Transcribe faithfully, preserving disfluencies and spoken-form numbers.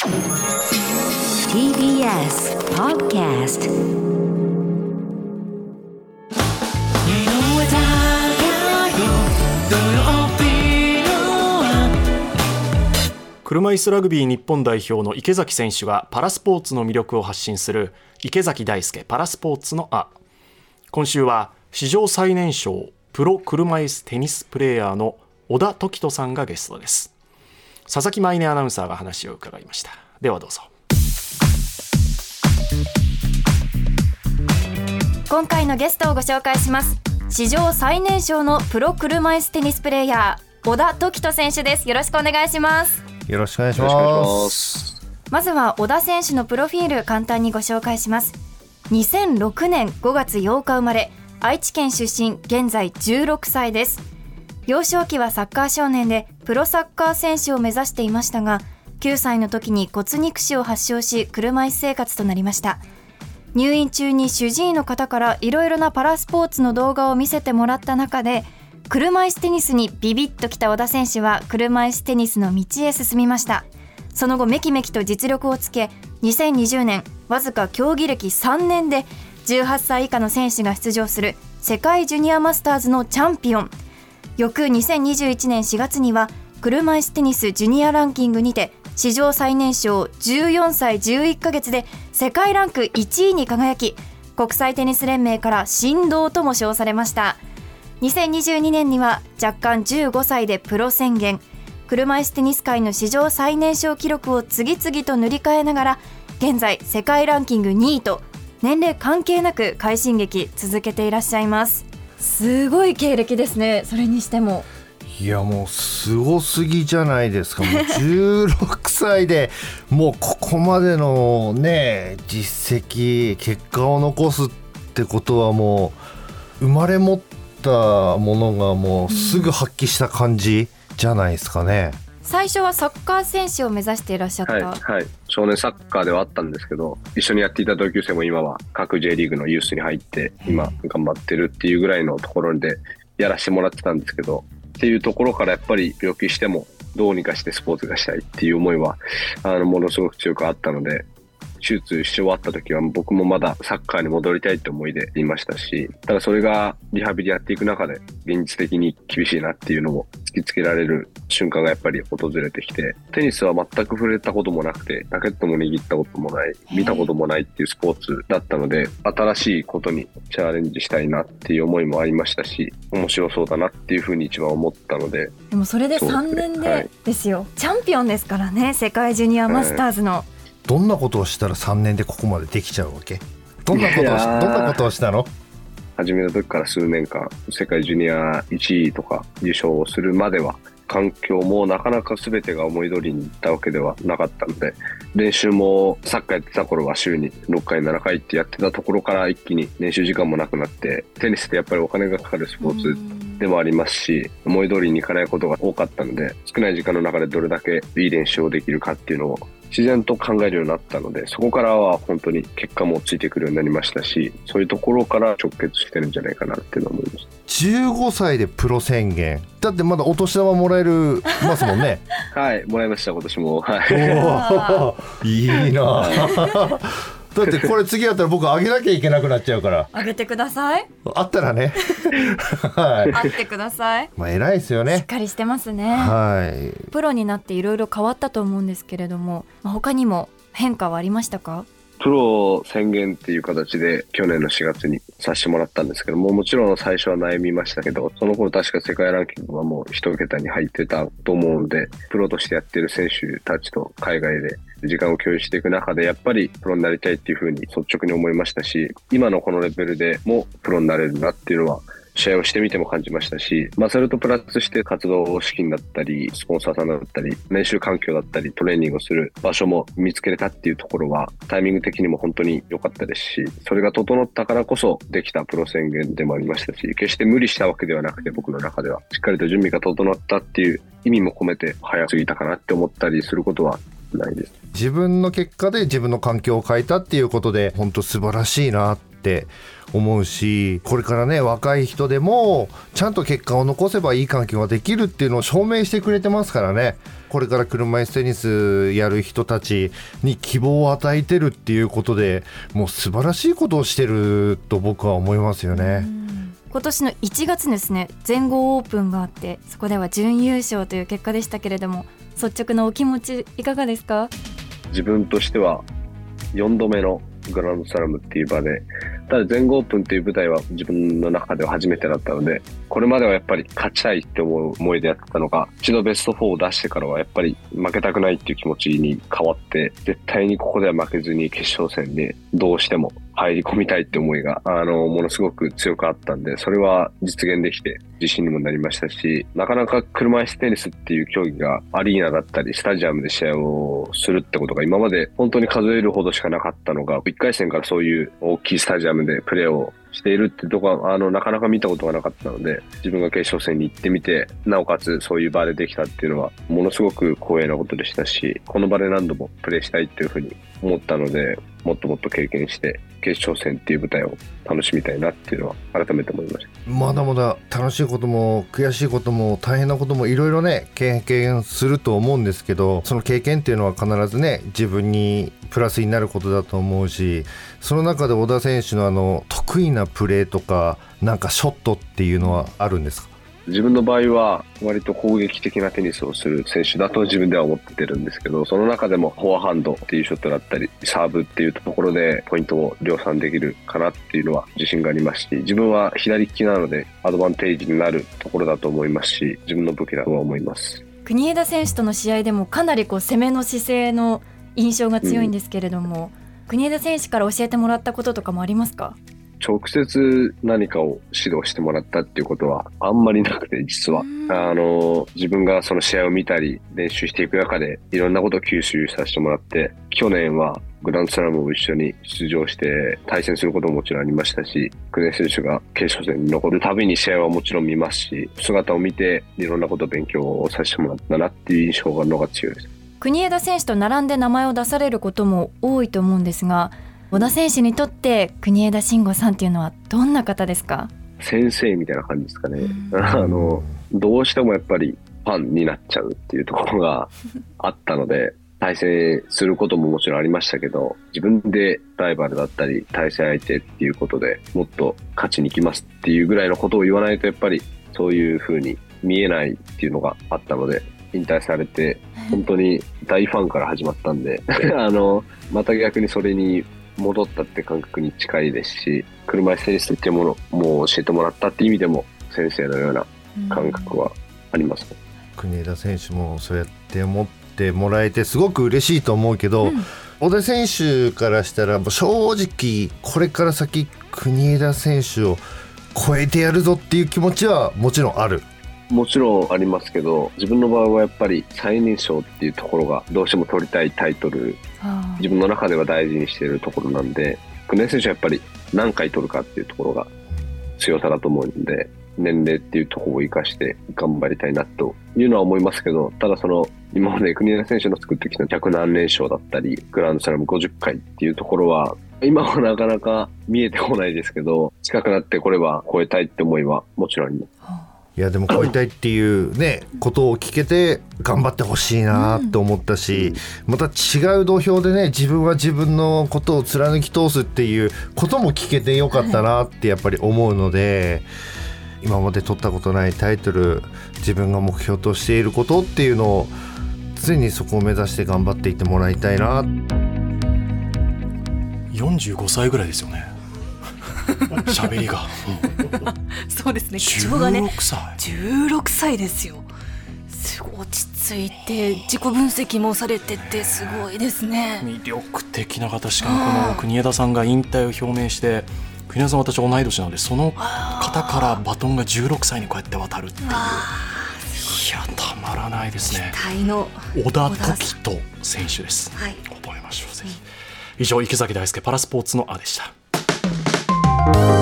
ティービーエス Podcast。 車椅子ラグビー日本代表の池崎選手がパラスポーツの魅力を発信する池崎大輔パラスポーツのあ。今週は史上最年少プロ車椅子テニスプレーヤーの小田凱人さんがゲストです。佐々木舞音アナウンサーが話を伺いました。ではどうぞ。 今回のゲストをご紹介します。史上最年少のプロ車椅子テニスプレーヤー小田凱人選手です。よろしくお願いします。 よろしくお願いします。 まずは小田選手のプロフィール簡単にご紹介します。にせんろくねんごがつようか生まれ、愛知県出身、現在じゅうろくさいです。幼少期はサッカー少年でプロサッカー選手を目指していましたが、きゅうさいの時に骨肉腫を発症し車椅子生活となりました。入院中に主治医の方からいろいろなパラスポーツの動画を見せてもらった中で、車椅子テニスにビビッときた小田選手は車椅子テニスの道へ進みました。その後めきめきと実力をつけ、にせんにじゅうねんわずか競技歴さんねんでじゅうはっさい以下の選手が出場する世界ジュニアマスターズのチャンピオン。翌にせんにじゅういちねんしがつには車椅子テニスジュニアランキングにて史上最年少じゅうよんさいじゅういっかげつで世界ランクいちいに輝き、国際テニス連盟から神童とも称されました。にせんにじゅうにねんには弱冠じゅうごさいでプロ宣言。車椅子テニス界の史上最年少記録を次々と塗り替えながら、現在世界ランキングにいと年齢関係なく快進撃続けていらっしゃいます。すごい経歴ですね。それにしてもいやもうすごすぎじゃないですか。もうじゅうろくさいでもうここまでのね実績結果を残すってことは、もう生まれ持ったものがもうすぐ発揮した感じじゃないですかね。 最初はサッカー選手を目指していらっしゃった、 はいはい、少年サッカーではあったんですけど、一緒にやっていた同級生も今は各 J リーグのユースに入って今頑張ってるっていうぐらいのところでやらせてもらってたんですけど、っていうところからやっぱり病気してもどうにかしてスポーツがしたいっていう思いはあのものすごく強くあったので、手術し終わった時は僕もまだサッカーに戻りたいって思いでいましたし、ただそれがリハビリやっていく中で現実的に厳しいなっていうのを突きつけられる瞬間がやっぱり訪れてきて、テニスは全く触れたこともなくて、ラケットも握ったこともない、見たこともないっていうスポーツだったので、新しいことにチャレンジしたいなっていう思いもありましたし、面白そうだなっていうふうに一番思ったので。 でもそれでさんねんでですよ、はい、チャンピオンですからね、世界ジュニアマスターズの、はい。 どんなことをしたらさんねんでここまでできちゃうわけ？どんなことをし、どんなことをしたの？ 始めた時から数年間世界ジュニアいちいとか優勝をするまでは環境もなかなか全てが思い通りにいったわけではなかったので、練習もサッカーやってた頃は週にろっかいななかいってやってたところから一気に練習時間もなくなって、テニスってやっぱりお金がかかるスポーツでもありますし、思い通りにいかないことが多かったので、少ない時間の中でどれだけいい練習をできるかっていうのを自然と考えるようになったので、そこからは本当に結果もついてくるようになりましたし、そういうところから直結してるんじゃないかなっていうのを思いました。 じゅうごさいでプロ宣言だって、まだお年玉もらえるますもんね。 はいもらいました今年も、はい、 いいなだってこれ次やったら僕あげなきゃいけなくなっちゃうから。 あげてください。 あったらねはい、 あってください。 まあ偉いですよね。 しっかりしてますね。 はい。 プロになっていろいろ変わったと思うんですけれども、他にも変化はありましたか？ プロ宣言っていう形で去年のしがつにさせてもらったんですけども、もちろん最初は悩みましたけど、その頃確か世界ランキングはもう一桁に入ってたと思うので、プロとしてやってる選手たちと海外で時間を共有していく中で、やっぱりプロになりたいっていうふうに率直に思いましたし、今のこのレベルでもプロになれるなっていうのは試合をしてみても感じましたし、まあ、それとプラスして活動資金だったりスポンサーさんだったり練習環境だったりトレーニングをする場所も見つけれたっていうところはタイミング的にも本当に良かったですし、それが整ったからこそできたプロ宣言でもありましたし、決して無理したわけではなくて、僕の中ではしっかりと準備が整ったっていう意味も込めて早すぎたかなって思ったりすることはないです。 自分の結果で自分の環境を変えたっていうことで本当素晴らしいなって思うし、これからね若い人でもちゃんと結果を残せばいい環境ができるっていうのを証明してくれてますからね。 これから車椅子テニスやる人たちに希望を与えてるっていうことで、もう素晴らしいことをしてると僕は思いますよね。 今年のいちがつですね、全豪オープンがあって、そこでは準優勝という結果でしたけれども、率直なお気持ちいかがですか？ 自分としてはよんどめのグランドスラムっていう場で、ただ全豪オープンっていう舞台は自分の中では初めてだったので、これまではやっぱり勝ちたいって思う思いでやってたのが、一度ベストフォーを出してからはやっぱり負けたくないっていう気持ちに変わって、絶対にここでは負けずに決勝戦でどうしても入り込みたいって思いがあのものすごく強くあったんで、それは実現できて自信にもなりましたし、なかなか車椅子テニスっていう競技がアリーナだったりスタジアムで試合をするってことが今まで本当に数えるほどしかなかったのが、いっかい戦からそういう大きいスタジアムでプレーをしているってとこはあのなかなか見たことがなかったので、自分が決勝戦に行ってみて、なおかつそういう場でできたっていうのはものすごく光栄なことでしたし、この場で何度もプレーしたいっていうふうに思ったので、もっともっと経験して決勝戦っていう舞台を楽しみたいなっていうのは改めて思いました。 まだまだ楽しいことも悔しいことも大変なこともいろいろね経験すると思うんですけど、その経験っていうのは必ずね自分にプラスになることだと思うし、その中で小田選手のあの得意なプレーとかなんかショットっていうのはあるんですか？ 自分の場合は割と攻撃的なテニスをする選手だと自分では思ってるんですけど、その中でもフォアハンドっていうショットだったりサーブっていうところでポイントを量産できるかなっていうのは自信がありますし、自分は左利きなのでアドバンテージになるところだと思いますし、自分の武器だとは思います。 国枝選手との試合でもかなりこう攻めの姿勢の印象が強いんですけれども、うん、国枝選手から教えてもらったこととかもありますか？ 直接何かを指導してもらったっていうことはあんまりなくて、実はあの自分がその試合を見たり練習していく中でいろんなことを吸収させてもらって、去年はグランドスラムを一緒に出場して対戦することももちろんありましたし、国枝選手が決勝戦に残るたびに試合はもちろん見ますし、姿を見ていろんなことを勉強させてもらったなっていう印象がのが強いです。 国枝選手と並んで名前を出されることも多いと思うんですが、小田選手にとって国枝慎吾さんっていうのはどんな方ですか？ 先生みたいな感じですかね。あのどうしてもやっぱりファンになっちゃうっていうところがあったので対戦することももちろんありましたけど、自分でライバルだったり対戦相手っていうことでもっと勝ちに行きますっていうぐらいのことを言わないと、やっぱりそういう風に見えないっていうのがあったので、引退されて本当に大ファンから始まったんであのまた逆にそれに戻ったって感覚に近いですし、車椅子テニスっていうものも教えてもらったっていう意味でも先生のような感覚はありますね。 国枝選手もそうやって思ってもらえてすごく嬉しいと思うけど、うん、小田選手からしたら正直これから先国枝選手を超えてやるぞっていう気持ちはもちろんある。 もちろんありますけど、自分の場合はやっぱり最年少っていうところがどうしても取りたいタイトル、自分の中では大事にしているところなんで、国枝選手はやっぱり何回取るかっていうところが強さだと思うんで、年齢っていうところを生かして頑張りたいなというのは思いますけど、ただその今まで国枝選手の作ってきたひゃくなん連勝だったりグランドスラムごじゅっかいっていうところは今はなかなか見えてこないですけど、近くなってこれは超えたいって思いはもちろんあります。 いやでも超えたいっていうねことを聞けて頑張ってほしいなって思ったし、また違う土俵でね自分は自分のことを貫き通すっていうことも聞けてよかったなってやっぱり思うので、今まで取ったことないタイトル、自分が目標としていることっていうのを常にそこを目指して頑張っていってもらいたいな。 よんじゅうごさいぐらいですよね喋りがそうですね、口調がねじゅうろくさいじゅうろくさいですよ。すごい落ち着いて自己分析もされててすごいですね。 魅力的な方。しかもこの国枝さんが引退を表明して、国枝さん私同い年なので、その方からバトンがじゅうろくさいにこうやって渡るっていう、いやたまらないですね。 期待の小田凱人選手です、はい、覚えましょうぜひ。以上池崎大輔パラスポーツのあでした。